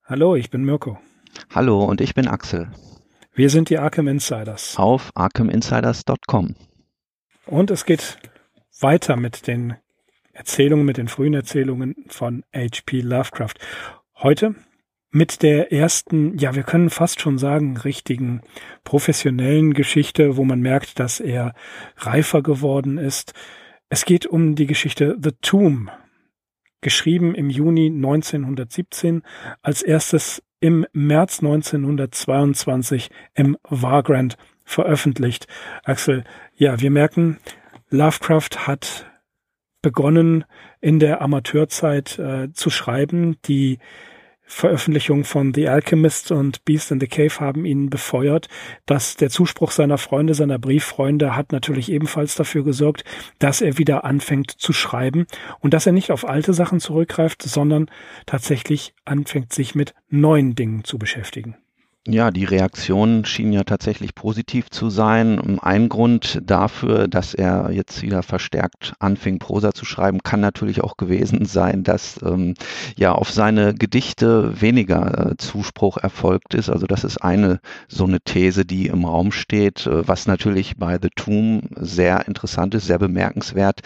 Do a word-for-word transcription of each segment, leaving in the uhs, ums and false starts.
Hallo, ich bin Mirko. Hallo und ich bin Axel. Wir sind die Arkham Insiders. Auf arkham insiders punkt com. Und es geht weiter mit den Erzählungen, mit den frühen Erzählungen von H P Lovecraft. Heute mit der ersten, ja, wir können fast schon sagen, richtigen professionellen Geschichte, wo man merkt, dass er reifer geworden ist. Es geht um die Geschichte The Tomb, geschrieben im Juni neunzehnhundertsiebzehn, als erstes im März neunzehnhundertzweiundzwanzig im Vagrant veröffentlicht. Axel, ja, wir merken, Lovecraft hat begonnen in der Amateurzeit äh, zu schreiben. Die Veröffentlichung von The Alchemist und Beast in the Cave haben ihn befeuert. Dass der Zuspruch seiner Freunde, seiner Brieffreunde hat natürlich ebenfalls dafür gesorgt, dass er wieder anfängt zu schreiben und dass er nicht auf alte Sachen zurückgreift, sondern tatsächlich anfängt, sich mit neuen Dingen zu beschäftigen. Ja, die Reaktionen schienen ja tatsächlich positiv zu sein. Ein Grund dafür, dass er jetzt wieder verstärkt anfing, Prosa zu schreiben, kann natürlich auch gewesen sein, dass ähm, ja auf seine Gedichte weniger äh, Zuspruch erfolgt ist. Also das ist eine so eine These, die im Raum steht, äh, was natürlich bei The Tomb sehr interessant ist, sehr bemerkenswert.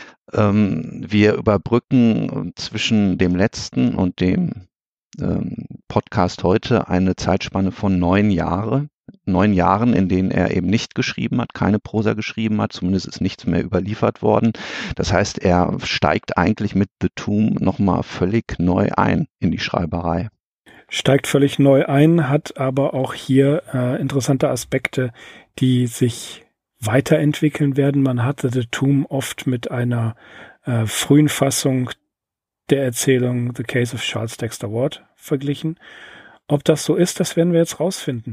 Ähm, wir überbrücken zwischen dem letzten und dem Podcast heute eine Zeitspanne von neun Jahre, neun Jahren, in denen er eben nicht geschrieben hat, keine Prosa geschrieben hat, zumindest ist nichts mehr überliefert worden. Das heißt, er steigt eigentlich mit The Tomb nochmal völlig neu ein in die Schreiberei. Steigt völlig neu ein, hat aber auch hier äh, interessante Aspekte, die sich weiterentwickeln werden. Man hatte The Tomb oft mit einer äh, frühen Fassung der Erzählung The Case of Charles Dexter Ward verglichen. Ob das so ist, das werden wir jetzt rausfinden.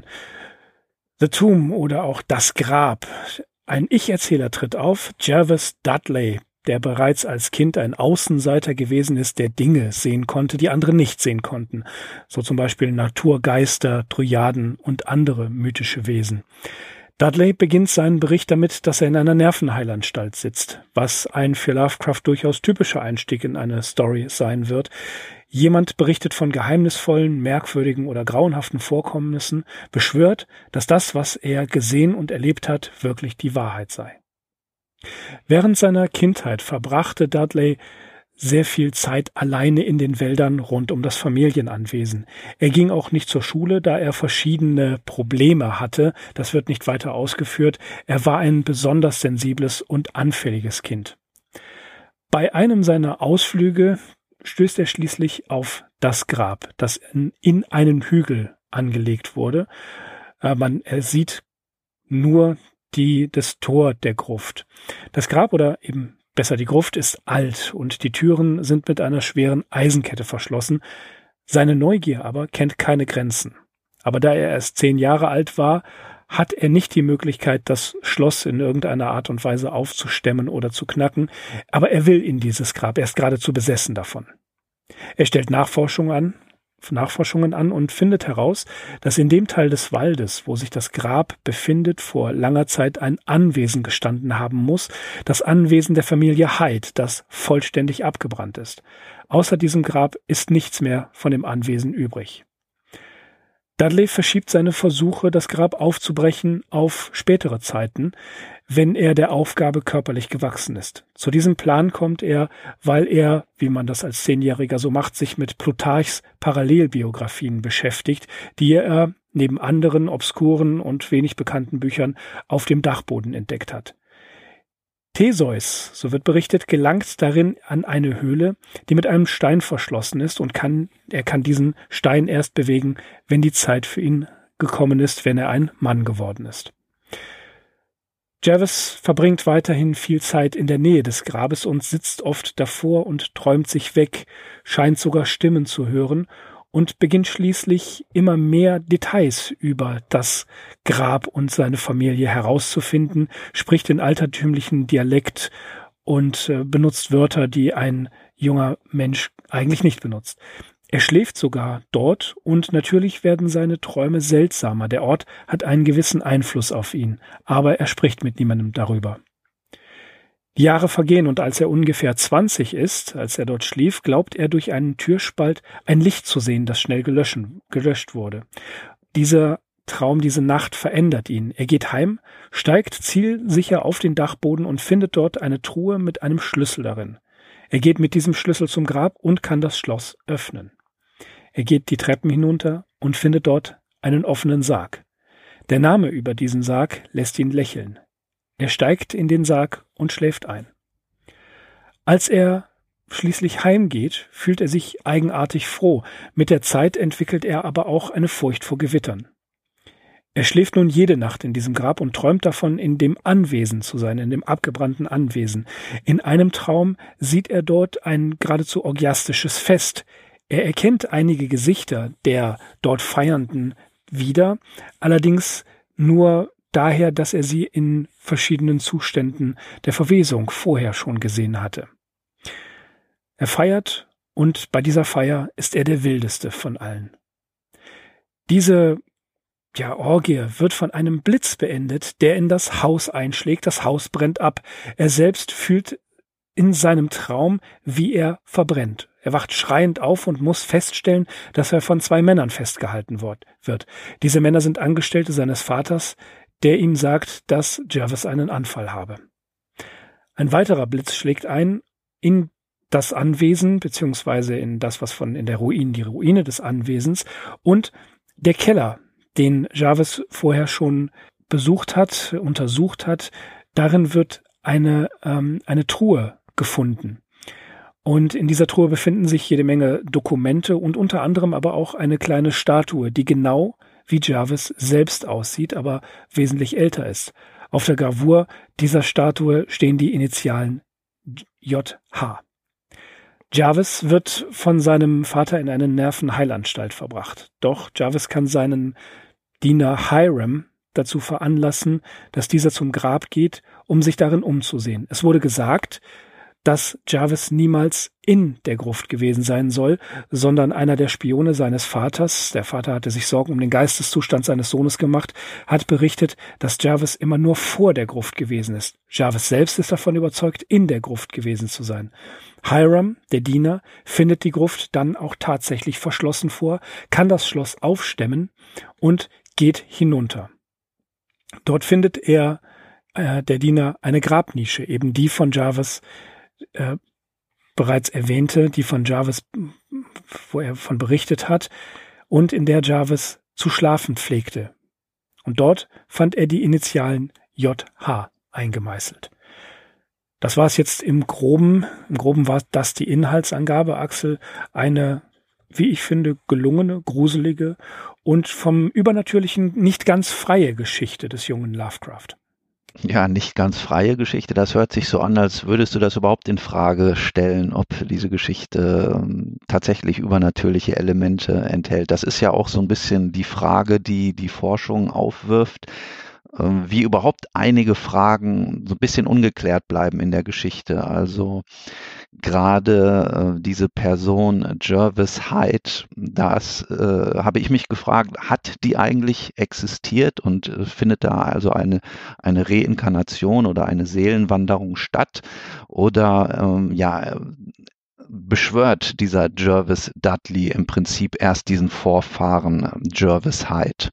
The Tomb oder auch Das Grab. Ein Ich-Erzähler tritt auf, Jervis Dudley, der bereits als Kind ein Außenseiter gewesen ist, der Dinge sehen konnte, die andere nicht sehen konnten. So zum Beispiel Naturgeister, Dryaden und andere mythische Wesen. Dudley beginnt seinen Bericht damit, dass er in einer Nervenheilanstalt sitzt, was ein für Lovecraft durchaus typischer Einstieg in eine Story sein wird. Jemand berichtet von geheimnisvollen, merkwürdigen oder grauenhaften Vorkommnissen, beschwört, dass das, was er gesehen und erlebt hat, wirklich die Wahrheit sei. Während seiner Kindheit verbrachte Dudley sehr viel Zeit alleine in den Wäldern rund um das Familienanwesen. Er ging auch nicht zur Schule, da er verschiedene Probleme hatte. Das wird nicht weiter ausgeführt. Er war ein besonders sensibles und anfälliges Kind. Bei einem seiner Ausflüge stößt er schließlich auf das Grab, das in, in einen Hügel angelegt wurde. Äh, man er sieht nur die, das Tor der Gruft. Das Grab oder eben Besser, die Gruft ist alt und die Türen sind mit einer schweren Eisenkette verschlossen. Seine Neugier aber kennt keine Grenzen. Aber da er erst zehn Jahre alt war, hat er nicht die Möglichkeit, das Schloss in irgendeiner Art und Weise aufzustemmen oder zu knacken. Aber er will in dieses Grab, er ist geradezu besessen davon. Er stellt Nachforschungen an, Nachforschungen an und findet heraus, dass in dem Teil des Waldes, wo sich das Grab befindet, vor langer Zeit ein Anwesen gestanden haben muss, das Anwesen der Familie Hyde, das vollständig abgebrannt ist. Außer diesem Grab ist nichts mehr von dem Anwesen übrig. Dudley verschiebt seine Versuche, das Grab aufzubrechen, auf spätere Zeiten, wenn er der Aufgabe körperlich gewachsen ist. Zu diesem Plan kommt er, weil er, wie man das als Zehnjähriger so macht, sich mit Plutarchs Parallelbiografien beschäftigt, die er neben anderen obskuren und wenig bekannten Büchern auf dem Dachboden entdeckt hat. Theseus, so wird berichtet, gelangt darin an eine Höhle, die mit einem Stein verschlossen ist und kann, er kann diesen Stein erst bewegen, wenn die Zeit für ihn gekommen ist, wenn er ein Mann geworden ist. Jervis verbringt weiterhin viel Zeit in der Nähe des Grabes und sitzt oft davor und träumt sich weg, scheint sogar Stimmen zu hören und beginnt schließlich immer mehr Details über das Grab und seine Familie herauszufinden, spricht in altertümlichen Dialekt und äh, benutzt Wörter, die ein junger Mensch eigentlich nicht benutzt. Er schläft sogar dort und natürlich werden seine Träume seltsamer. Der Ort hat einen gewissen Einfluss auf ihn, aber er spricht mit niemandem darüber. Die Jahre vergehen und als er ungefähr zwanzig ist, als er dort schlief, glaubt er durch einen Türspalt ein Licht zu sehen, das schnell gelöschen, gelöscht wurde. Dieser Traum, diese Nacht verändert ihn. Er geht heim, steigt zielsicher auf den Dachboden und findet dort eine Truhe mit einem Schlüssel darin. Er geht mit diesem Schlüssel zum Grab und kann das Schloss öffnen. Er geht die Treppen hinunter und findet dort einen offenen Sarg. Der Name über diesen Sarg lässt ihn lächeln. Er steigt in den Sarg und schläft ein. Als er schließlich heimgeht, fühlt er sich eigenartig froh. Mit der Zeit entwickelt er aber auch eine Furcht vor Gewittern. Er schläft nun jede Nacht in diesem Grab und träumt davon, in dem Anwesen zu sein, in dem abgebrannten Anwesen. In einem Traum sieht er dort ein geradezu orgiastisches Fest. Er erkennt einige Gesichter der dort Feiernden wieder, allerdings nur daher, dass er sie in verschiedenen Zuständen der Verwesung vorher schon gesehen hatte. Er feiert und bei dieser Feier ist er der wildeste von allen. Diese ja, Orgie wird von einem Blitz beendet, der in das Haus einschlägt. Das Haus brennt ab. Er selbst fühlt in seinem Traum, wie er verbrennt. Er wacht schreiend auf und muss feststellen, dass er von zwei Männern festgehalten wird. Diese Männer sind Angestellte seines Vaters, der ihm sagt, dass Jervis einen Anfall habe. Ein weiterer Blitz schlägt ein in das Anwesen, beziehungsweise in das, was von in der Ruine, die Ruine des Anwesens, und der Keller, den Jarvis vorher schon besucht hat, untersucht hat, darin wird eine, ähm, eine Truhe gefunden. Und in dieser Truhe befinden sich jede Menge Dokumente und unter anderem aber auch eine kleine Statue, die genau wie Jarvis selbst aussieht, aber wesentlich älter ist. Auf der Gravur dieser Statue stehen die Initialen J H. Jarvis wird von seinem Vater in eine Nervenheilanstalt verbracht. Doch Jarvis kann seinen Diener Hiram dazu veranlassen, dass dieser zum Grab geht, um sich darin umzusehen. Es wurde gesagt, dass Jarvis niemals in der Gruft gewesen sein soll, sondern einer der Spione seines Vaters, der Vater hatte sich Sorgen um den Geisteszustand seines Sohnes gemacht, hat berichtet, dass Jarvis immer nur vor der Gruft gewesen ist. Jarvis selbst ist davon überzeugt, in der Gruft gewesen zu sein. Hiram, der Diener, findet die Gruft dann auch tatsächlich verschlossen vor, kann das Schloss aufstemmen und geht hinunter. Dort findet er, äh, der Diener, eine Grabnische, eben die von Jarvis Äh, bereits erwähnte, die von Jarvis, wo er von berichtet hat, und in der Jarvis zu schlafen pflegte. Und dort fand er die Initialen J H eingemeißelt. Das war es jetzt im Groben. Im Groben war das die Inhaltsangabe, Axel. Eine, wie ich finde, gelungene, gruselige und vom Übernatürlichen nicht ganz freie Geschichte des jungen Lovecraft. Ja, nicht ganz freie Geschichte. Das hört sich so an, als würdest du das überhaupt in Frage stellen, ob diese Geschichte ähm, tatsächlich übernatürliche Elemente enthält. Das ist ja auch so ein bisschen die Frage, die die Forschung aufwirft, ähm, wie überhaupt einige Fragen so ein bisschen ungeklärt bleiben in der Geschichte. Also gerade äh, diese Person Jervis Hyde, das äh, habe ich mich gefragt, hat die eigentlich existiert und äh, findet da also eine, eine Reinkarnation oder eine Seelenwanderung statt? Oder ähm, ja, beschwört dieser Jervis Dudley im Prinzip erst diesen Vorfahren Jervis Hyde?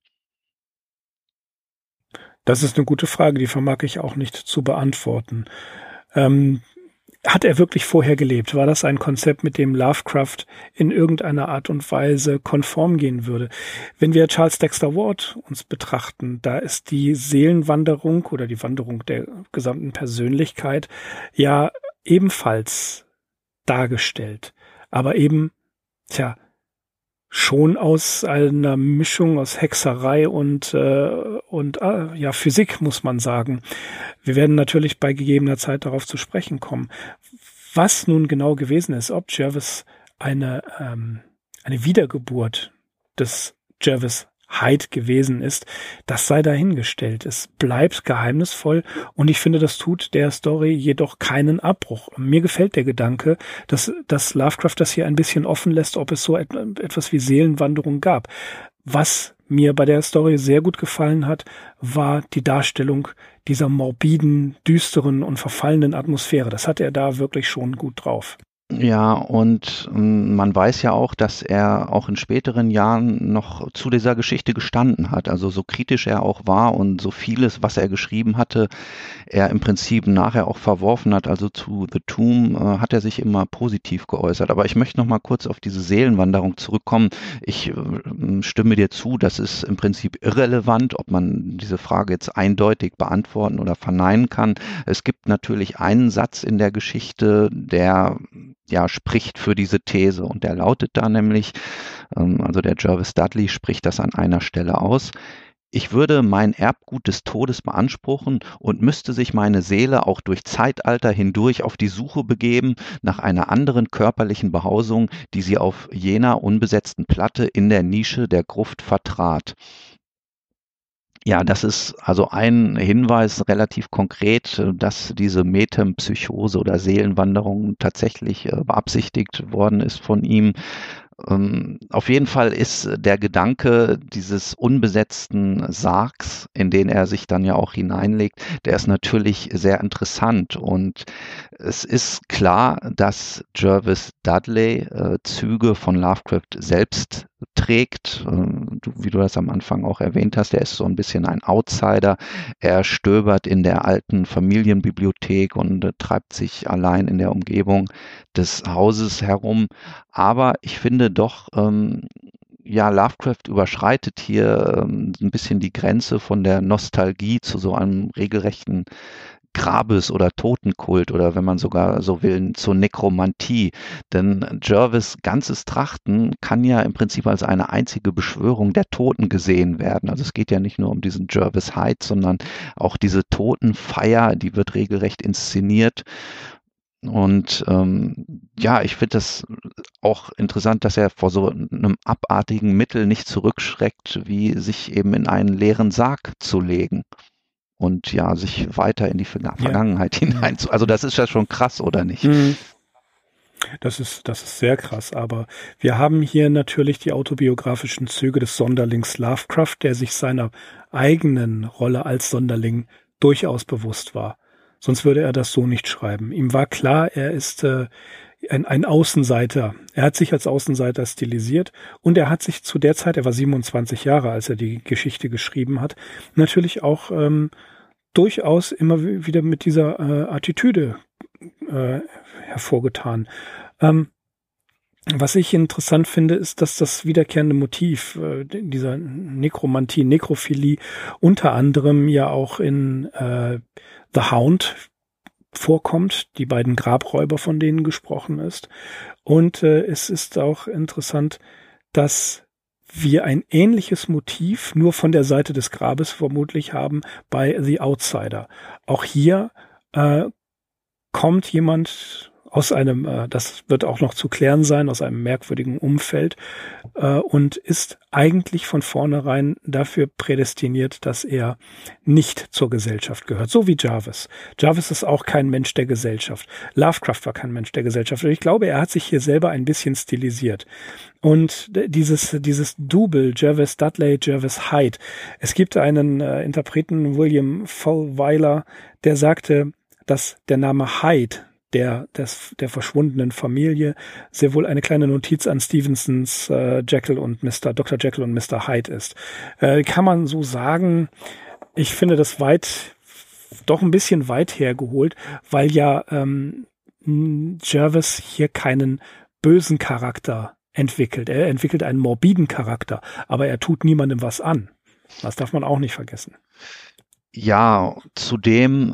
Das ist eine gute Frage, die vermag ich auch nicht zu beantworten. Ähm, Hat er wirklich vorher gelebt? War das ein Konzept, mit dem Lovecraft in irgendeiner Art und Weise konform gehen würde? Wenn wir Charles Dexter Ward uns betrachten, da ist die Seelenwanderung oder die Wanderung der gesamten Persönlichkeit ja ebenfalls dargestellt. Aber eben, tja, schon aus einer Mischung aus Hexerei und äh, und äh, ja Physik, muss man sagen. Wir werden natürlich bei gegebener Zeit darauf zu sprechen kommen, was nun genau gewesen ist, ob Jervis eine ähm, eine Wiedergeburt des Jervis Hyde gewesen ist, das sei dahingestellt. Es bleibt geheimnisvoll und ich finde, das tut der Story jedoch keinen Abbruch. Mir gefällt der Gedanke, dass, dass Lovecraft das hier ein bisschen offen lässt, ob es so et- etwas wie Seelenwanderung gab. Was mir bei der Story sehr gut gefallen hat, war die Darstellung dieser morbiden, düsteren und verfallenen Atmosphäre. Das hat er da wirklich schon gut drauf. Ja, und ähm, man weiß ja auch, dass er auch in späteren Jahren noch zu dieser Geschichte gestanden hat. Also so kritisch er auch war und so vieles, was er geschrieben hatte, er im Prinzip nachher auch verworfen hat. Also zu The Tomb äh, hat er sich immer positiv geäußert. Aber ich möchte noch mal kurz auf diese Seelenwanderung zurückkommen. Ich äh, stimme dir zu, das ist im Prinzip irrelevant, ob man diese Frage jetzt eindeutig beantworten oder verneinen kann. Es gibt natürlich einen Satz in der Geschichte, der ja, spricht für diese These. Und der lautet da nämlich, ähm, also der Jervis Dudley spricht das an einer Stelle aus: Ich würde mein Erbgut des Todes beanspruchen und müsste sich meine Seele auch durch Zeitalter hindurch auf die Suche begeben nach einer anderen körperlichen Behausung, die sie auf jener unbesetzten Platte in der Nische der Gruft vertrat. Ja, das ist also ein Hinweis relativ konkret, dass diese Metempsychose oder Seelenwanderung tatsächlich äh, beabsichtigt worden ist von ihm. Ähm, auf jeden Fall ist der Gedanke dieses unbesetzten Sargs, in den er sich dann ja auch hineinlegt, der ist natürlich sehr interessant. Und es ist klar, dass Jervis Dudley äh, Züge von Lovecraft selbst trägt. Äh, du, wie du das am Anfang auch erwähnt hast, er ist so ein bisschen ein Outsider. Er stöbert in der alten Familienbibliothek und äh, treibt sich allein in der Umgebung des Hauses herum. Aber ich finde doch, ähm, ja, Lovecraft überschreitet hier ähm, ein bisschen die Grenze von der Nostalgie zu so einem regelrechten Grabes- oder Totenkult oder wenn man sogar so will, zur Nekromantie. Denn Jervis' ganzes Trachten kann ja im Prinzip als eine einzige Beschwörung der Toten gesehen werden. Also es geht ja nicht nur um diesen Jervis Hyde, sondern auch diese Totenfeier, die wird regelrecht inszeniert. Und ähm, ja, ich finde das auch interessant, dass er vor so einem abartigen Mittel nicht zurückschreckt, wie sich eben in einen leeren Sarg zu legen und ja, sich weiter in die Ver- Vergangenheit Ja. hinein zu. Also das ist ja schon krass, oder nicht? Mhm. Das ist, das ist sehr krass, aber wir haben hier natürlich die autobiografischen Züge des Sonderlings Lovecraft, der sich seiner eigenen Rolle als Sonderling durchaus bewusst war. Sonst würde er das so nicht schreiben. Ihm war klar, er ist äh, ein, ein Außenseiter. Er hat sich als Außenseiter stilisiert und er hat sich zu der Zeit, er war siebenundzwanzig Jahre, als er die Geschichte geschrieben hat, natürlich auch ähm, durchaus immer wieder mit dieser äh, Attitüde äh, hervorgetan. Ähm, was ich interessant finde, ist, dass das wiederkehrende Motiv äh, dieser Nekromantie, Nekrophilie unter anderem ja auch in äh, The Hound vorkommt, die beiden Grabräuber, von denen gesprochen ist. Und äh, es ist auch interessant, dass wir ein ähnliches Motiv nur von der Seite des Grabes vermutlich haben bei The Outsider. Auch hier äh, kommt jemand aus einem, äh, das wird auch noch zu klären sein, aus einem merkwürdigen Umfeld äh, und ist eigentlich von vornherein dafür prädestiniert, dass er nicht zur Gesellschaft gehört, so wie Jarvis. Jarvis ist auch kein Mensch der Gesellschaft. Lovecraft war kein Mensch der Gesellschaft. Und ich glaube, er hat sich hier selber ein bisschen stilisiert. Und dieses, dieses Double, Jervis Dudley, Jervis Hyde. Es gibt einen äh, Interpreten, William Fulwiler, der sagte, dass der Name Hyde, der, des, der verschwundenen Familie, sehr wohl eine kleine Notiz an Stevensons äh, Jekyll und Mister Doktor Jekyll und Mister Hyde ist. Äh, kann man so sagen. Ich finde das weit, doch ein bisschen weit hergeholt, weil ja ähm, Jervis hier keinen bösen Charakter entwickelt. Er entwickelt einen morbiden Charakter, aber er tut niemandem was an. Das darf man auch nicht vergessen. Ja, zudem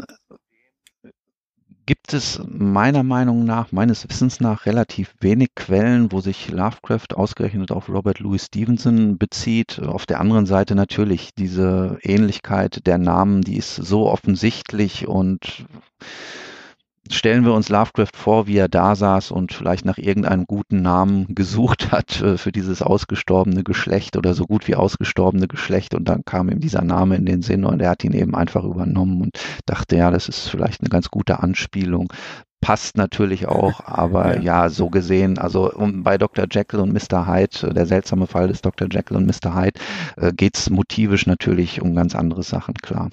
gibt es meiner Meinung nach, meines Wissens nach, relativ wenig Quellen, wo sich Lovecraft ausgerechnet auf Robert Louis Stevenson bezieht. Auf der anderen Seite natürlich diese Ähnlichkeit der Namen, die ist so offensichtlich und stellen wir uns Lovecraft vor, wie er da saß und vielleicht nach irgendeinem guten Namen gesucht hat äh, für dieses ausgestorbene Geschlecht oder so gut wie ausgestorbene Geschlecht und dann kam ihm dieser Name in den Sinn und er hat ihn eben einfach übernommen und dachte, ja, das ist vielleicht eine ganz gute Anspielung. passt natürlich auch, aber ja. ja, so gesehen, also um, bei Doktor Jekyll und Mister Hyde, der seltsame Fall des Doktor Jekyll und Mister Hyde, äh, geht es motivisch natürlich um ganz andere Sachen, klar.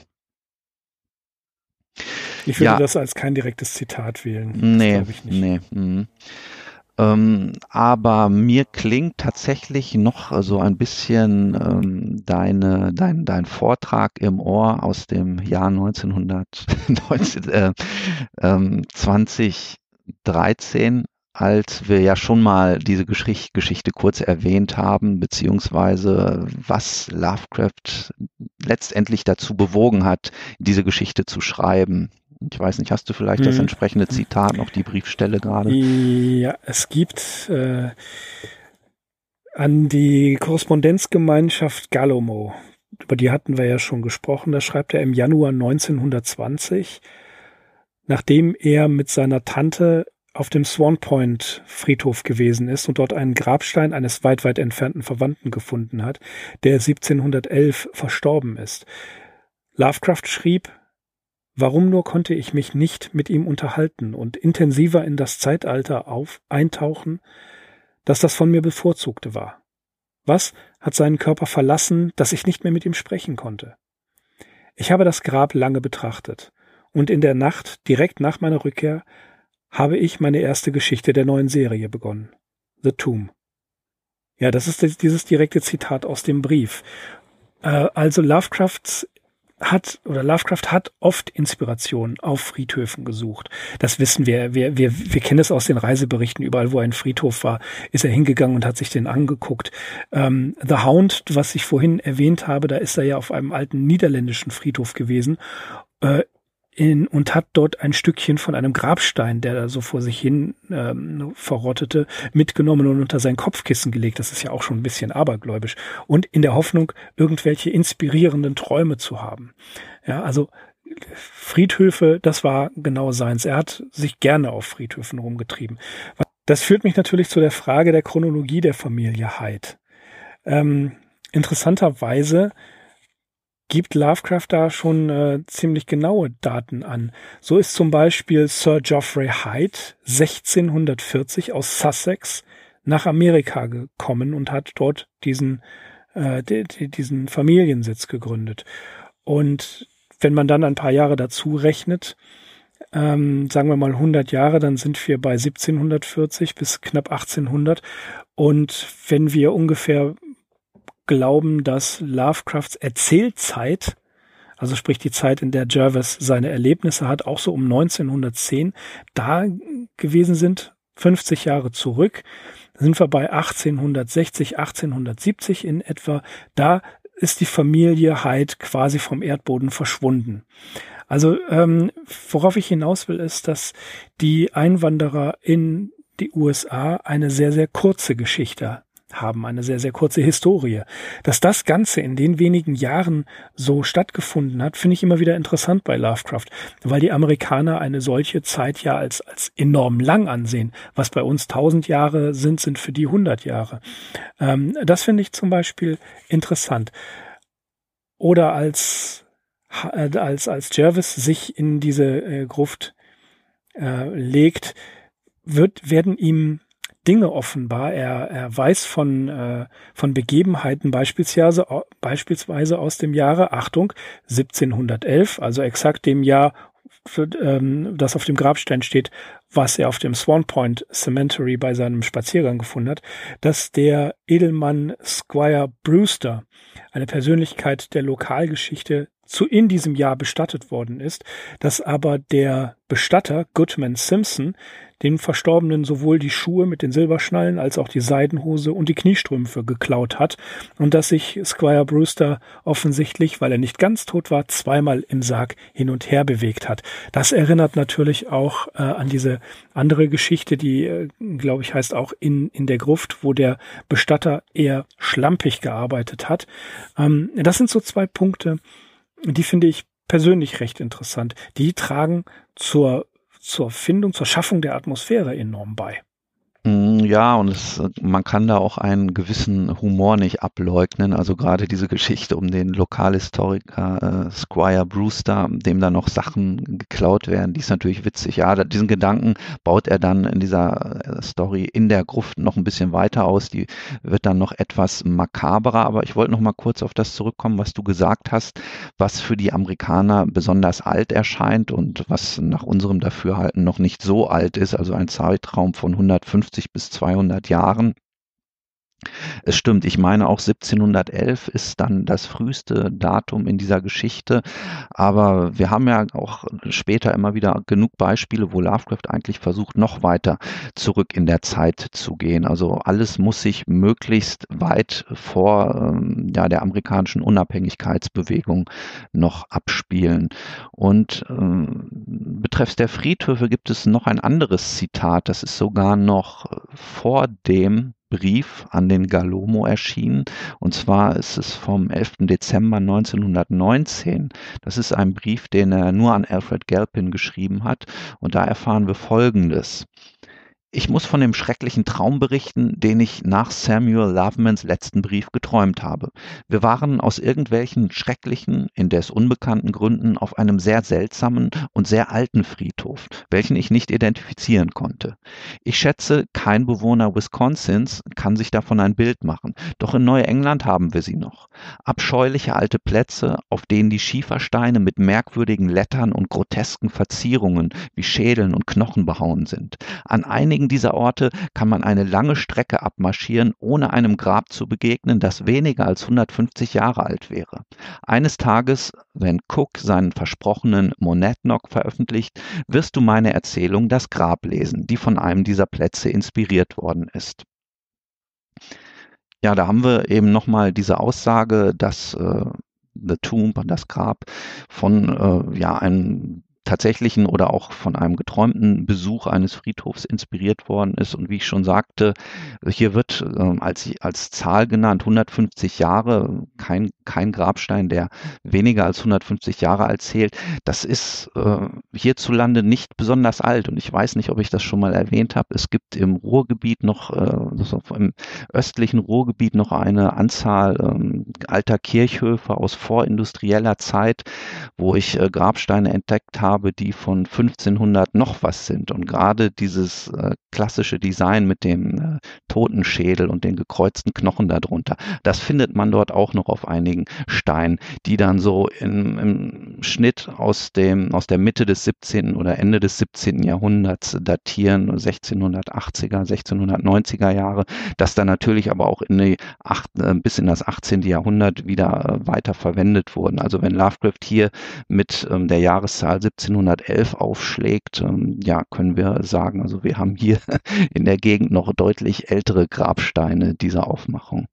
Ich würde ja. das als kein direktes Zitat wählen. Nee, das ich nicht. nee. Mh. Ähm, aber mir klingt tatsächlich noch so ein bisschen ähm, deine, dein, dein Vortrag im Ohr aus dem Jahr neunzehnhundertneunzig, äh, ähm, zwanzig dreizehn, als wir ja schon mal diese Geschichte, Geschichte kurz erwähnt haben, beziehungsweise was Lovecraft letztendlich dazu bewogen hat, diese Geschichte zu schreiben. Ich weiß nicht, hast du vielleicht hm. das entsprechende Zitat, noch die Briefstelle gerade? Ja, es gibt äh, an die Korrespondenzgemeinschaft Galomo, über die hatten wir ja schon gesprochen, da schreibt er im Januar neunzehnhundertzwanzig, nachdem er mit seiner Tante auf dem Swan Point Friedhof gewesen ist und dort einen Grabstein eines weit, weit entfernten Verwandten gefunden hat, der siebzehnhundertelf verstorben ist. Lovecraft schrieb: Warum nur konnte ich mich nicht mit ihm unterhalten und intensiver in das Zeitalter auf eintauchen, dass das von mir bevorzugte war? Was hat seinen Körper verlassen, dass ich nicht mehr mit ihm sprechen konnte? Ich habe das Grab lange betrachtet und in der Nacht, direkt nach meiner Rückkehr, habe ich meine erste Geschichte der neuen Serie begonnen. The Tomb. Ja, das ist dieses direkte Zitat aus dem Brief. Äh, also Lovecrafts hat oder Lovecraft hat oft Inspiration auf Friedhöfen gesucht. Das wissen wir. Wir, wir, wir kennen es aus den Reiseberichten. Überall, wo ein Friedhof war, ist er hingegangen und hat sich den angeguckt. Ähm, The Hound, was ich vorhin erwähnt habe, da ist er ja auf einem alten niederländischen Friedhof gewesen äh, in, und hat dort ein Stückchen von einem Grabstein, der da so vor sich hin ähm, verrottete, mitgenommen und unter sein Kopfkissen gelegt. Das ist ja auch schon ein bisschen abergläubisch. Und in der Hoffnung, irgendwelche inspirierenden Träume zu haben. Ja, also Friedhöfe, das war genau seins. Er hat sich gerne auf Friedhöfen rumgetrieben. Das führt mich natürlich zu der Frage der Chronologie der Familie Hyde. Ähm, interessanterweise gibt Lovecraft da schon äh, ziemlich genaue Daten an. So ist zum Beispiel Sir Geoffrey Hyde sechzehnhundertvierzig aus Sussex nach Amerika gekommen und hat dort diesen, äh, die, die, diesen Familiensitz gegründet. Und wenn man dann ein paar Jahre dazu rechnet, ähm, sagen wir mal hundert Jahre, dann sind wir bei siebzehnhundertvierzig bis knapp achtzehnhundert. Und wenn wir ungefähr glauben, dass Lovecrafts Erzählzeit, also sprich die Zeit, in der Jervis seine Erlebnisse hat, auch so um neunzehnhundertzehn da gewesen sind, fünfzig Jahre zurück, sind wir bei achtzehnhundertsechzig, achtzehnhundertsiebzig in etwa. Da ist die Familie Hyde quasi vom Erdboden verschwunden. Also ähm, worauf ich hinaus will, ist, dass die Einwanderer in die U S A eine sehr, sehr kurze Geschichte haben, eine sehr, sehr kurze Historie. Dass das Ganze in den wenigen Jahren so stattgefunden hat, finde ich immer wieder interessant bei Lovecraft, weil die Amerikaner eine solche Zeit ja als, als enorm lang ansehen. Was bei uns tausend Jahre sind, sind für die hundert Jahre. Ähm, das finde ich zum Beispiel interessant. Oder als, äh, als, als Jervis sich in diese äh, Gruft äh, legt, wird, werden ihm Dinge offenbar. Er, er weiß von, äh, von Begebenheiten beispielsweise, beispielsweise aus dem Jahre, Achtung, siebzehnhundertelf, also exakt dem Jahr, für, ähm, das auf dem Grabstein steht, was er auf dem Swan Point Cemetery bei seinem Spaziergang gefunden hat, dass der Edelmann Squire Brewster, eine Persönlichkeit der Lokalgeschichte, zu in diesem Jahr bestattet worden ist, dass aber der Bestatter Goodman Simpson dem Verstorbenen sowohl die Schuhe mit den Silberschnallen als auch die Seidenhose und die Kniestrümpfe geklaut hat und dass sich Squire Brewster offensichtlich, weil er nicht ganz tot war, zweimal im Sarg hin und her bewegt hat. Das erinnert natürlich auch äh, an diese andere Geschichte, die, äh, glaube ich, heißt auch in, in der Gruft, wo der Bestatter eher schlampig gearbeitet hat. Ähm, das sind so zwei Punkte, die finde ich persönlich recht interessant. Die tragen zur zur Findung, zur Schaffung der Atmosphäre enorm bei. Ja, und es, man kann da auch einen gewissen Humor nicht ableugnen. Also gerade diese Geschichte um den Lokalhistoriker äh, Squire Brewster, dem da noch Sachen geklaut werden, die ist natürlich witzig. Ja, da, diesen Gedanken baut er dann in dieser äh, Story in der Gruft noch ein bisschen weiter aus. Die wird dann noch etwas makaberer. Aber ich wollte noch mal kurz auf das zurückkommen, was du gesagt hast, was für die Amerikaner besonders alt erscheint und was nach unserem Dafürhalten noch nicht so alt ist, also ein Zeitraum von hundertfünfzig bis zweihundert Jahren. Es stimmt, ich meine auch siebzehnhundertelf ist dann das früheste Datum in dieser Geschichte, aber wir haben ja auch später immer wieder genug Beispiele, wo Lovecraft eigentlich versucht, noch weiter zurück in der Zeit zu gehen. Also alles muss sich möglichst weit vor ähm, ja, der amerikanischen Unabhängigkeitsbewegung noch abspielen. Und ähm, betreffs der Friedhöfe gibt es noch ein anderes Zitat, das ist sogar noch vor dem Brief an den Galomo erschienen. Und zwar ist es vom elften Dezember neunzehnhundertneunzehn. Das ist ein Brief, den er nur an Alfred Galpin geschrieben hat. Und da erfahren wir Folgendes. Ich muss von dem schrecklichen Traum berichten, den ich nach Samuel Lovemans letzten Brief geträumt habe. Wir waren aus irgendwelchen schrecklichen, indes unbekannten Gründen auf einem sehr seltsamen und sehr alten Friedhof, welchen ich nicht identifizieren konnte. Ich schätze, kein Bewohner Wisconsins kann sich davon ein Bild machen, doch in Neuengland haben wir sie noch. Abscheuliche alte Plätze, auf denen die Schiefersteine mit merkwürdigen Lettern und grotesken Verzierungen wie Schädeln und Knochen behauen sind. An einigen dieser Orte kann man eine lange Strecke abmarschieren, ohne einem Grab zu begegnen, das weniger als hundertfünfzig Jahre alt wäre. Eines Tages, wenn Cook seinen versprochenen Monadnock veröffentlicht, wirst du meine Erzählung Das Grab lesen, die von einem dieser Plätze inspiriert worden ist. Ja, da haben wir eben nochmal diese Aussage, dass äh, The Tomb, das Grab, von äh, ja, einem tatsächlichen oder auch von einem geträumten Besuch eines Friedhofs inspiriert worden ist. Und wie ich schon sagte, hier wird äh, als, als Zahl genannt hundertfünfzig Jahre, kein, kein Grabstein, der weniger als hundertfünfzig Jahre alt zählt. Das ist äh, hierzulande nicht besonders alt. Und ich weiß nicht, ob ich das schon mal erwähnt habe. Es gibt im Ruhrgebiet noch, äh, im östlichen Ruhrgebiet noch eine Anzahl äh, alter Kirchhöfe aus vorindustrieller Zeit, wo ich äh, Grabsteine entdeckt habe, die von fünfzehnhundert noch was sind. Und gerade dieses äh, klassische Design mit dem äh, Totenschädel und den gekreuzten Knochen darunter, das findet man dort auch noch auf einigen Steinen, die dann so in, im Schnitt aus dem aus der Mitte des siebzehnten oder Ende des siebzehnten Jahrhunderts datieren, sechzehnhundertachtziger, sechzehnhundertneunziger Jahre, das dann natürlich aber auch in die acht, äh, bis in das achtzehnte Jahrhundert wieder äh, weiter verwendet wurden. Also wenn Lovecraft hier mit ähm, der Jahreszahl siebzehnhundertelf aufschlägt, ähm, ja, können wir sagen, also wir haben hier in der Gegend noch deutlich ältere Grabsteine dieser Aufmachung.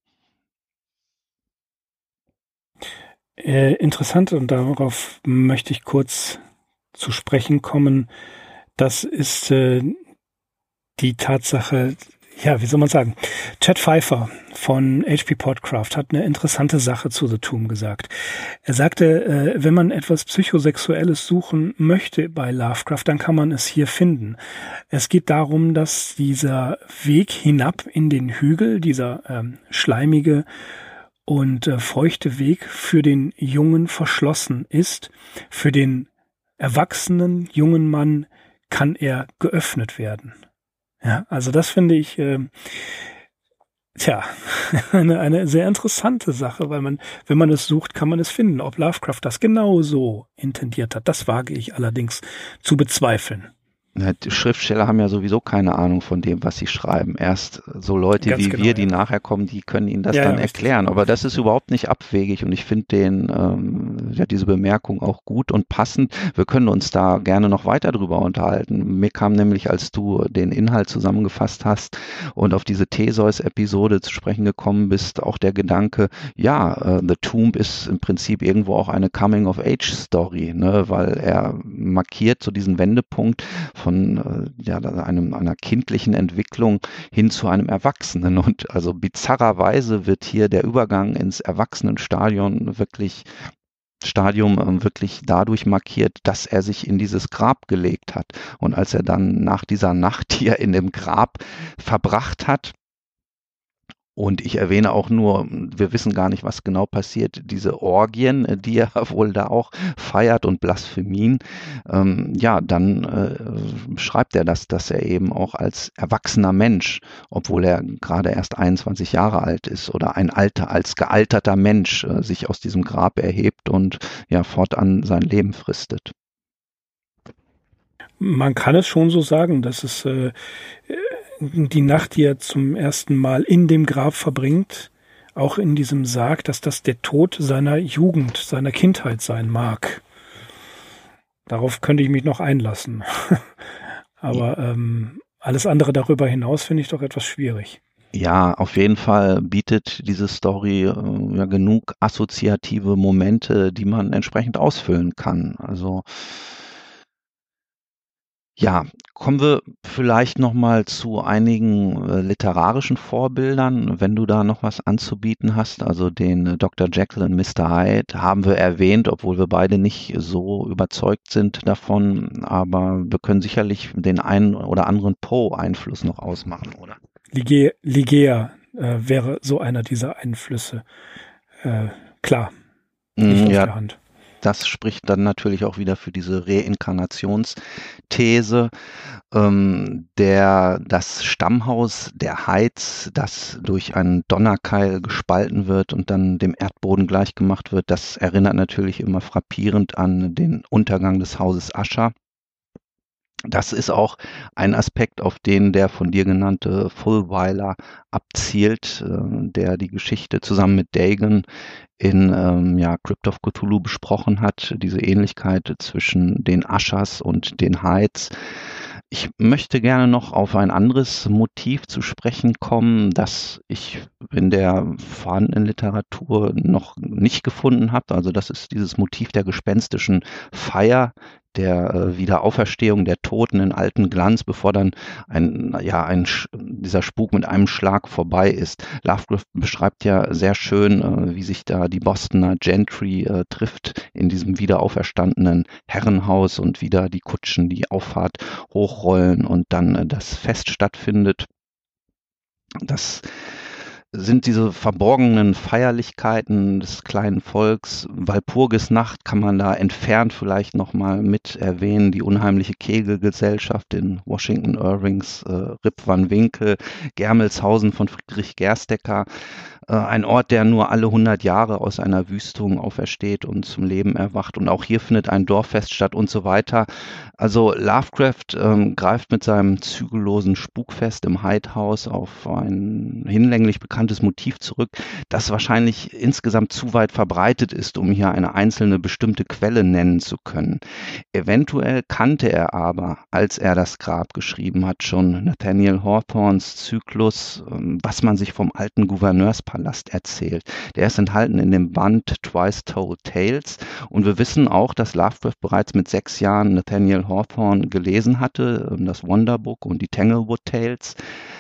Äh, interessant, und darauf möchte ich kurz zu sprechen kommen. Das ist äh, die Tatsache, ja, wie soll man sagen? Chad Pfeiffer von H P Podcraft hat eine interessante Sache zu The Tomb gesagt. Er sagte, äh, wenn man etwas Psychosexuelles suchen möchte bei Lovecraft, dann kann man es hier finden. Es geht darum, dass dieser Weg hinab in den Hügel, dieser ähm, schleimige und äh, feuchte Weg für den Jungen verschlossen ist. Für den erwachsenen jungen Mann kann er geöffnet werden. Ja, also das finde ich, äh, tja, eine, eine sehr interessante Sache, weil man, wenn man es sucht, kann man es finden. Ob Lovecraft das genau so intendiert hat, das wage ich allerdings zu bezweifeln. Die Schriftsteller haben ja sowieso keine Ahnung von dem, was sie schreiben. Erst so Leute Ganz wie genau, wir, die ja. nachher kommen, die können ihnen das ja, dann ja, erklären. Aber das ist überhaupt nicht abwegig und ich finde den ähm, ja diese Bemerkung auch gut und passend. Wir können uns da gerne noch weiter drüber unterhalten. Mir kam nämlich, als du den Inhalt zusammengefasst hast und auf diese Theseus-Episode zu sprechen gekommen bist, auch der Gedanke, ja, äh, The Tomb ist im Prinzip irgendwo auch eine Coming-of-Age-Story, ne, weil er markiert so diesen Wendepunkt von ja, einem, einer kindlichen Entwicklung hin zu einem Erwachsenen. Und also bizarrerweise wird hier der Übergang ins Erwachsenenstadion wirklich Stadium äh, wirklich dadurch markiert, dass er sich in dieses Grab gelegt hat. Und als er dann nach dieser Nacht, die er in dem Grab verbracht hat, und ich erwähne auch nur, wir wissen gar nicht, was genau passiert, diese Orgien, äh, die er wohl da auch feiert und Blasphemien, ähm, ja, dann äh, schreibt er das, dass er eben auch als erwachsener Mensch, obwohl er gerade erst einundzwanzig Jahre alt ist oder ein Alter, als gealterter Mensch äh, sich aus diesem Grab erhebt und ja fortan sein Leben fristet. Man kann es schon so sagen, dass es äh, die Nacht, die er zum ersten Mal in dem Grab verbringt, auch in diesem Sarg, dass das der Tod seiner Jugend, seiner Kindheit sein mag. Darauf könnte ich mich noch einlassen. Aber ähm, alles andere darüber hinaus finde ich doch etwas schwierig. Ja, auf jeden Fall bietet diese Story äh, ja genug assoziative Momente, die man entsprechend ausfüllen kann. Also ja, kommen wir vielleicht noch mal zu einigen äh, literarischen Vorbildern, wenn du da noch was anzubieten hast. Also den äh, Doktor Jekyll und Mister Hyde haben wir erwähnt, obwohl wir beide nicht so überzeugt sind davon. Aber wir können sicherlich den einen oder anderen Poe-Einfluss noch ausmachen, oder? Ligea, Ligea äh, wäre so einer dieser Einflüsse. Äh, klar, nicht Mm, auf ja, der Hand. das spricht dann natürlich auch wieder für diese Reinkarnationsthese, ähm, der das Stammhaus der Hydes, das durch einen Donnerkeil gespalten wird und dann dem Erdboden gleichgemacht wird, das erinnert natürlich immer frappierend an den Untergang des Hauses Usher. Das ist auch ein Aspekt, auf den der von dir genannte Fulwiler abzielt, äh, der die Geschichte zusammen mit Dagon in ähm, ja, Crypt of Cthulhu besprochen hat, diese Ähnlichkeit zwischen den Ushers und den Hydes. Ich möchte gerne noch auf ein anderes Motiv zu sprechen kommen, das ich in der vorhandenen Literatur noch nicht gefunden habe. Also das ist dieses Motiv der gespenstischen Feier, der äh, Wiederauferstehung der Toten in alten Glanz, bevor dann ein, ja, ein, dieser Spuk mit einem Schlag vorbei ist. Lovecraft beschreibt ja sehr schön, äh, wie sich da die Bostoner Gentry äh, trifft in diesem wiederauferstandenen Herrenhaus und wieder die Kutschen die Auffahrt hochrollen und dann äh, das Fest stattfindet. Das sind diese verborgenen Feierlichkeiten des kleinen Volks. Walpurgisnacht kann man da entfernt vielleicht nochmal mit erwähnen, die unheimliche Kegelgesellschaft in Washington Irvings, äh, Rip van Winkle, Germelshausen von Friedrich Gerstecker, äh, ein Ort, der nur alle hundert Jahre aus einer Wüstung aufersteht und zum Leben erwacht. Und auch hier findet ein Dorffest statt und so weiter. Also Lovecraft ähm, greift mit seinem zügellosen Spukfest im Hyde House auf ein hinlänglich bekanntes Motiv zurück, das wahrscheinlich insgesamt zu weit verbreitet ist, um hier eine einzelne bestimmte Quelle nennen zu können. Eventuell kannte er aber, als er das Grab geschrieben hat, schon Nathaniel Hawthornes Zyklus, ähm, was man sich vom alten Gouverneurspalast erzählt. Der ist enthalten in dem Band Twice Told Tales und wir wissen auch, dass Lovecraft bereits mit sechs Jahren Nathaniel Hawthorne gelesen hatte, das Wonderbook und die Tanglewood Tales.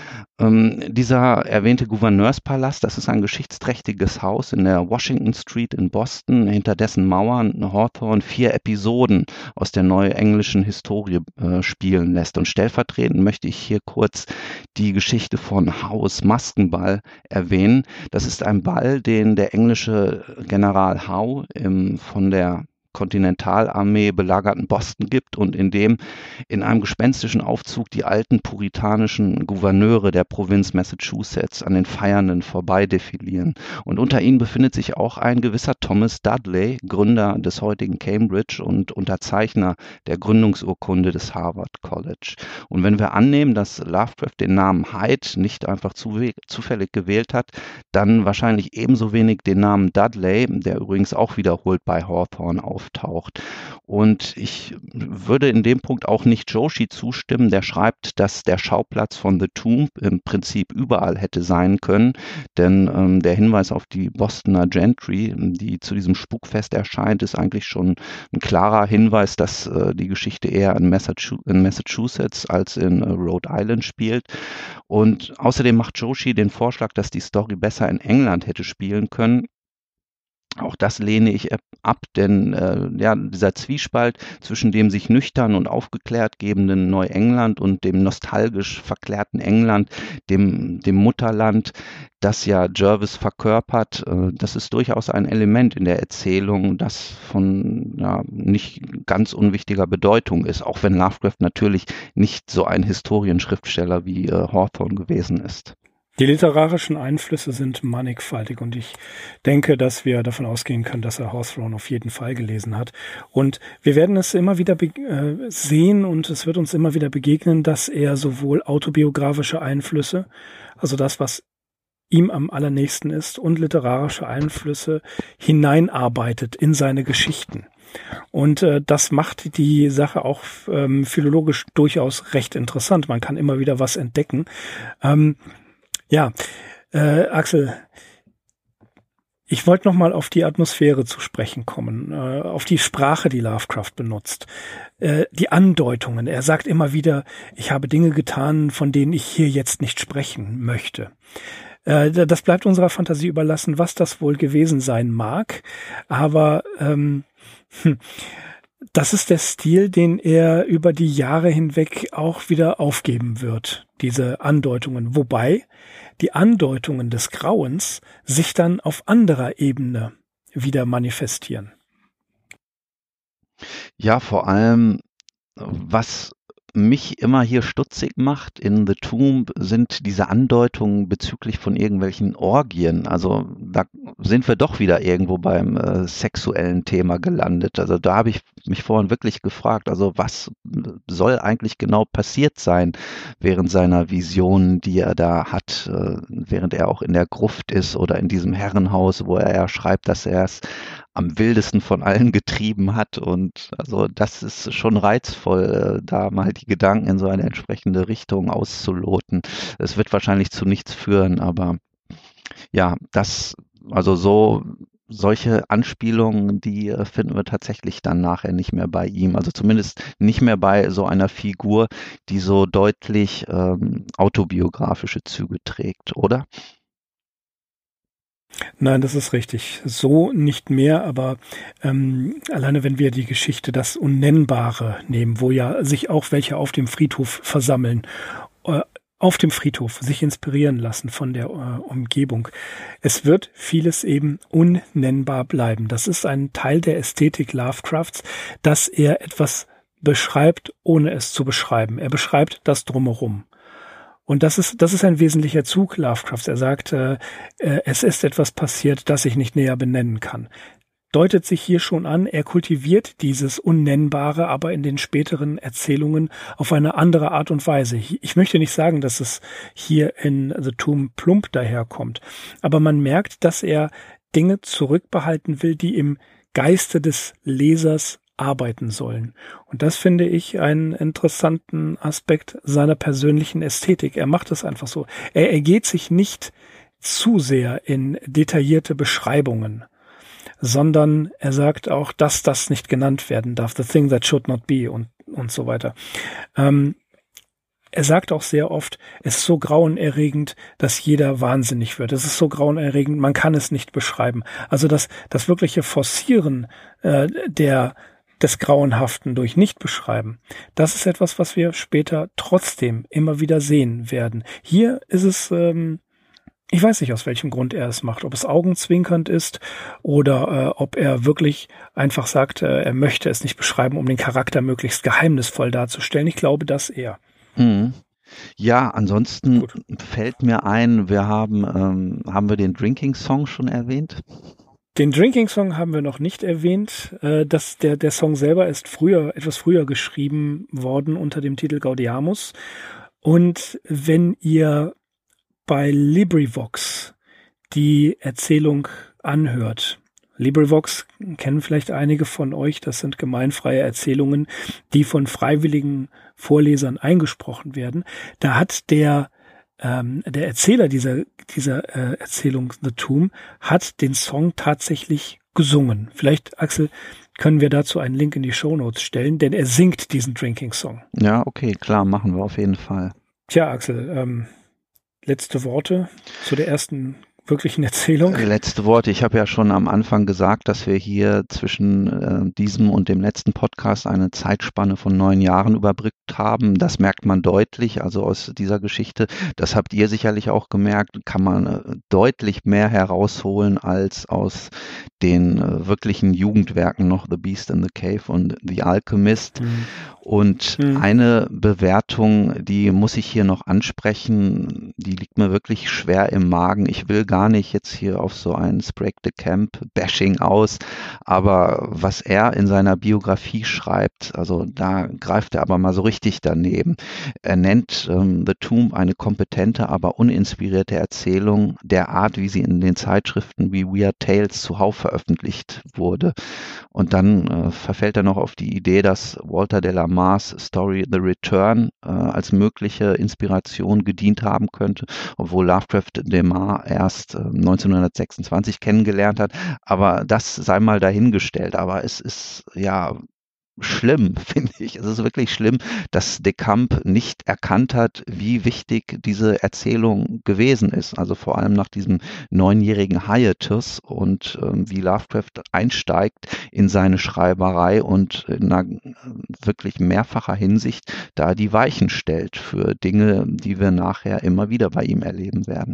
Ähm, dieser erwähnte Gouverneurspalast, das ist ein geschichtsträchtiges Haus in der Washington Street in Boston, hinter dessen Mauern Hawthorne vier Episoden aus der neuenglischen Historie äh, spielen lässt. Und stellvertretend möchte ich hier kurz die Geschichte von Howes Maskenball erwähnen. Das ist ein Ball, den der englische General Howe im, von der Kontinentalarmee belagerten Boston gibt und in dem in einem gespenstischen Aufzug die alten puritanischen Gouverneure der Provinz Massachusetts an den Feiernden vorbeidefilieren. Und unter ihnen befindet sich auch ein gewisser Thomas Dudley, Gründer des heutigen Cambridge und Unterzeichner der Gründungsurkunde des Harvard College. Und wenn wir annehmen, dass Lovecraft den Namen Hyde nicht einfach zufällig gewählt hat, dann wahrscheinlich ebenso wenig den Namen Dudley, der übrigens auch wiederholt bei Hawthorne auf auftaucht. Und ich würde in dem Punkt auch nicht Joshi zustimmen, der schreibt, dass der Schauplatz von The Tomb im Prinzip überall hätte sein können, denn ähm, der Hinweis auf die Bostoner Gentry, die zu diesem Spukfest erscheint, ist eigentlich schon ein klarer Hinweis, dass äh, die Geschichte eher in, Massachu- in Massachusetts als in äh, Rhode Island spielt. Und außerdem macht Joshi den Vorschlag, dass die Story besser in England hätte spielen können. Auch das lehne ich ab, denn äh, ja, dieser Zwiespalt zwischen dem sich nüchtern und aufgeklärt gebenden Neuengland und dem nostalgisch verklärten England, dem, dem Mutterland, das ja Jervis verkörpert, äh, das ist durchaus ein Element in der Erzählung, das von ja, nicht ganz unwichtiger Bedeutung ist, auch wenn Lovecraft natürlich nicht so ein Historienschriftsteller wie äh, Hawthorne gewesen ist. Die literarischen Einflüsse sind mannigfaltig und ich denke, dass wir davon ausgehen können, dass er Hawthorne auf jeden Fall gelesen hat. Und wir werden es immer wieder be- äh, sehen und es wird uns immer wieder begegnen, dass er sowohl autobiografische Einflüsse, also das, was ihm am allernächsten ist, und literarische Einflüsse hineinarbeitet in seine Geschichten. Und äh, das macht die Sache auch ähm, philologisch durchaus recht interessant. Man kann immer wieder was entdecken. Ähm, Ja, äh, Axel, ich wollte noch mal auf die Atmosphäre zu sprechen kommen, äh, auf die Sprache, die Lovecraft benutzt, äh, die Andeutungen. Er sagt immer wieder, ich habe Dinge getan, von denen ich hier jetzt nicht sprechen möchte. Äh, das bleibt unserer Fantasie überlassen, was das wohl gewesen sein mag, aber ähm, hm, das ist der Stil, den er über die Jahre hinweg auch wieder aufgeben wird, diese Andeutungen. Wobei die Andeutungen des Grauens sich dann auf anderer Ebene wieder manifestieren. Ja, vor allem, was mich immer hier stutzig macht in The Tomb, sind diese Andeutungen bezüglich von irgendwelchen Orgien. Also da sind wir doch wieder irgendwo beim äh, sexuellen Thema gelandet. Also da habe ich mich vorhin wirklich gefragt, also was soll eigentlich genau passiert sein während seiner Visionen, die er da hat, äh, während er auch in der Gruft ist oder in diesem Herrenhaus, wo er ja schreibt, dass er es am wildesten von allen getrieben hat. Und also das ist schon reizvoll, äh, da mal die Gedanken in so eine entsprechende Richtung auszuloten. Es wird wahrscheinlich zu nichts führen, aber ja, das, also so solche Anspielungen, die äh, finden wir tatsächlich dann nachher nicht mehr bei ihm. Also zumindest nicht mehr bei so einer Figur, die so deutlich ähm, autobiografische Züge trägt, oder? Nein, das ist richtig. So nicht mehr, aber ähm, alleine wenn wir die Geschichte Das Unnennbare nehmen, wo ja sich auch welche auf dem Friedhof versammeln, äh, auf dem Friedhof sich inspirieren lassen von der äh, Umgebung. Es wird vieles eben unnennbar bleiben. Das ist ein Teil der Ästhetik Lovecrafts, dass er etwas beschreibt, ohne es zu beschreiben. Er beschreibt das Drumherum. Und das ist, das ist ein wesentlicher Zug Lovecrafts. Er sagt, äh, äh, es ist etwas passiert, das ich nicht näher benennen kann. Deutet sich hier schon an, er kultiviert dieses Unnennbare, aber in den späteren Erzählungen auf eine andere Art und Weise. Ich möchte nicht sagen, dass es hier in The Tomb plump daherkommt, aber man merkt, dass er Dinge zurückbehalten will, die im Geiste des Lesers arbeiten sollen. Und das finde ich einen interessanten Aspekt seiner persönlichen Ästhetik. Er macht es einfach so. Er ergeht sich nicht zu sehr in detaillierte Beschreibungen, sondern er sagt auch, dass das nicht genannt werden darf, the thing that should not be und, und so weiter. Ähm, er sagt auch sehr oft, es ist so grauenerregend, dass jeder wahnsinnig wird. Es ist so grauenerregend, man kann es nicht beschreiben. Also das, das wirkliche Forcieren äh, der des Grauenhaften durch Nicht-Beschreiben, das ist etwas, was wir später trotzdem immer wieder sehen werden. Hier ist es, ähm, ich weiß nicht, aus welchem Grund er es macht, ob es augenzwinkernd ist oder äh, ob er wirklich einfach sagt, äh, er möchte es nicht beschreiben, um den Charakter möglichst geheimnisvoll darzustellen. Ich glaube, das eher. Mhm. Ja, ansonsten Gut. fällt mir ein, wir haben, ähm, haben wir den Drinking Song schon erwähnt? Den Drinking Song haben wir noch nicht erwähnt. Äh, das, der, der Song selber ist früher, etwas früher geschrieben worden unter dem Titel Gaudeamus. Und wenn ihr bei LibriVox die Erzählung anhört, LibriVox kennen vielleicht einige von euch, das sind gemeinfreie Erzählungen, die von freiwilligen Vorlesern eingesprochen werden. Da hat der Ähm, der Erzähler dieser, dieser äh, Erzählung The Tomb hat den Song tatsächlich gesungen. Vielleicht, Axel, können wir dazu einen Link in die Shownotes stellen, denn er singt diesen Drinking Song. Ja, okay, klar, machen wir auf jeden Fall. Tja, Axel, ähm, letzte Worte zu der ersten wirklichen Erzählung? Letzte Worte. Ich habe ja schon am Anfang gesagt, dass wir hier zwischen äh, diesem und dem letzten Podcast eine Zeitspanne von neun Jahren überbrückt haben. Das merkt man deutlich, also aus dieser Geschichte. Das habt ihr sicherlich auch gemerkt, kann man äh, deutlich mehr herausholen als aus den äh, wirklichen Jugendwerken noch The Beast in the Cave und The Alchemist. Mhm. Und mhm. eine Bewertung, die muss ich hier noch ansprechen, die liegt mir wirklich schwer im Magen. Ich will gar nicht jetzt hier auf so ein Sprague de Camp Bashing aus, aber was er in seiner Biografie schreibt, also da greift er aber mal so richtig daneben. Er nennt ähm, The Tomb eine kompetente, aber uninspirierte Erzählung der Art, wie sie in den Zeitschriften wie Weird Tales zuhauf veröffentlicht wurde. Und dann äh, verfällt er noch auf die Idee, dass Walter de la Mars Story The Return äh, als mögliche Inspiration gedient haben könnte, obwohl Lovecraft de Mars erst äh, neunzehnhundertsechsundzwanzig kennengelernt hat. Aber das sei mal dahingestellt. Aber es ist ja schlimm, finde ich. Es ist wirklich schlimm, dass de Camp nicht erkannt hat, wie wichtig diese Erzählung gewesen ist. Also vor allem nach diesem neunjährigen Hiatus und äh, wie Lovecraft einsteigt in seine Schreiberei und in einer wirklich mehrfacher Hinsicht da die Weichen stellt für Dinge, die wir nachher immer wieder bei ihm erleben werden.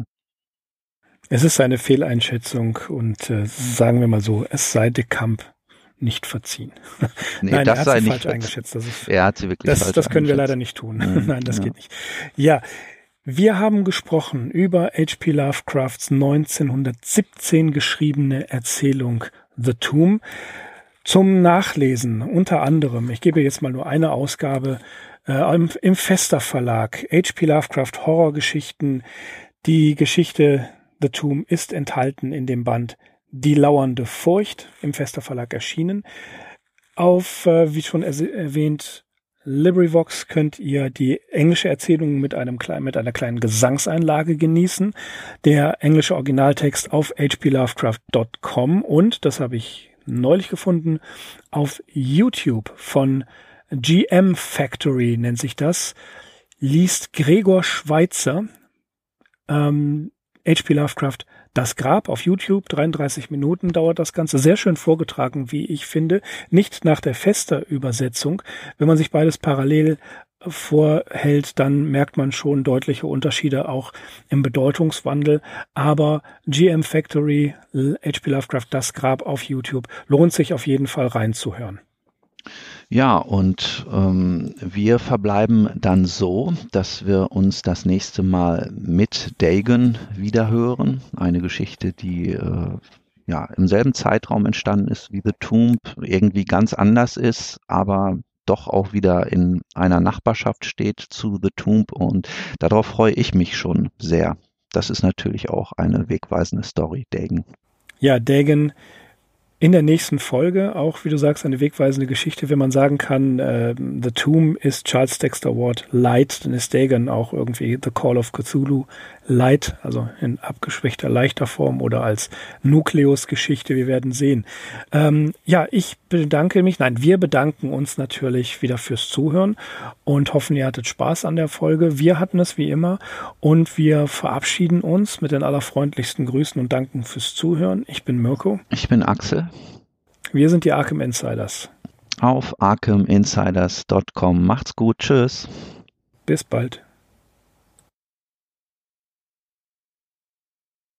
Es ist eine Fehleinschätzung und äh, sagen wir mal so, es sei de Camp nicht verziehen. Nee, Nein, das er hat sei sie nicht falsch eingeschätzt. Das ist, er hat sie wirklich das, falsch das können wir eingeschätzt. leider nicht tun. Mhm, Nein, das ja. geht nicht. Ja, wir haben gesprochen über H P Lovecrafts neunzehnhundertsiebzehn geschriebene Erzählung The Tomb. Zum Nachlesen unter anderem, ich gebe jetzt mal nur eine Ausgabe, äh, im, im Vesta Verlag, H P Lovecraft Horrorgeschichten. Die Geschichte The Tomb ist enthalten in dem Band Die lauernde Furcht, im Vesta Verlag erschienen. Auf, äh, wie schon er- erwähnt, LibriVox könnt ihr die englische Erzählung mit einem kleinen, mit einer kleinen Gesangseinlage genießen. Der englische Originaltext auf h p lovecraft dot com und, das habe ich neulich gefunden, auf YouTube von G M Factory nennt sich das, liest Gregor Schweitzer ähm, H P Lovecraft Das Grab auf YouTube, dreiunddreißig Minuten dauert das Ganze, sehr schön vorgetragen, wie ich finde, nicht nach der Vesta-Übersetzung. Wenn man sich beides parallel vorhält, dann merkt man schon deutliche Unterschiede auch im Bedeutungswandel, aber G M Factory, H P Lovecraft Das Grab auf YouTube, lohnt sich auf jeden Fall reinzuhören. Ja, und ähm, wir verbleiben dann so, dass wir uns das nächste Mal mit Dagon wiederhören. Eine Geschichte, die äh, ja im selben Zeitraum entstanden ist wie The Tomb, irgendwie ganz anders ist, aber doch auch wieder in einer Nachbarschaft steht zu The Tomb. Und darauf freue ich mich schon sehr. Das ist natürlich auch eine wegweisende Story, Dagon. Ja, Dagon. In der nächsten Folge auch, wie du sagst, eine wegweisende Geschichte. Wenn man sagen kann, äh, The Tomb ist Charles Dexter Ward Light, dann ist Dagon auch irgendwie The Call of Cthulhu Light, also in abgeschwächter, leichter Form oder als Nukleus-Geschichte. Wir werden sehen. Ähm, ja, ich bedanke mich, nein, wir bedanken uns natürlich wieder fürs Zuhören und hoffen, ihr hattet Spaß an der Folge. Wir hatten es wie immer und wir verabschieden uns mit den allerfreundlichsten Grüßen und danken fürs Zuhören. Ich bin Mirko. Ich bin Axel. Wir sind die Arkham Insiders. Auf arkham insiders dot com. Macht's gut. Tschüss. Bis bald.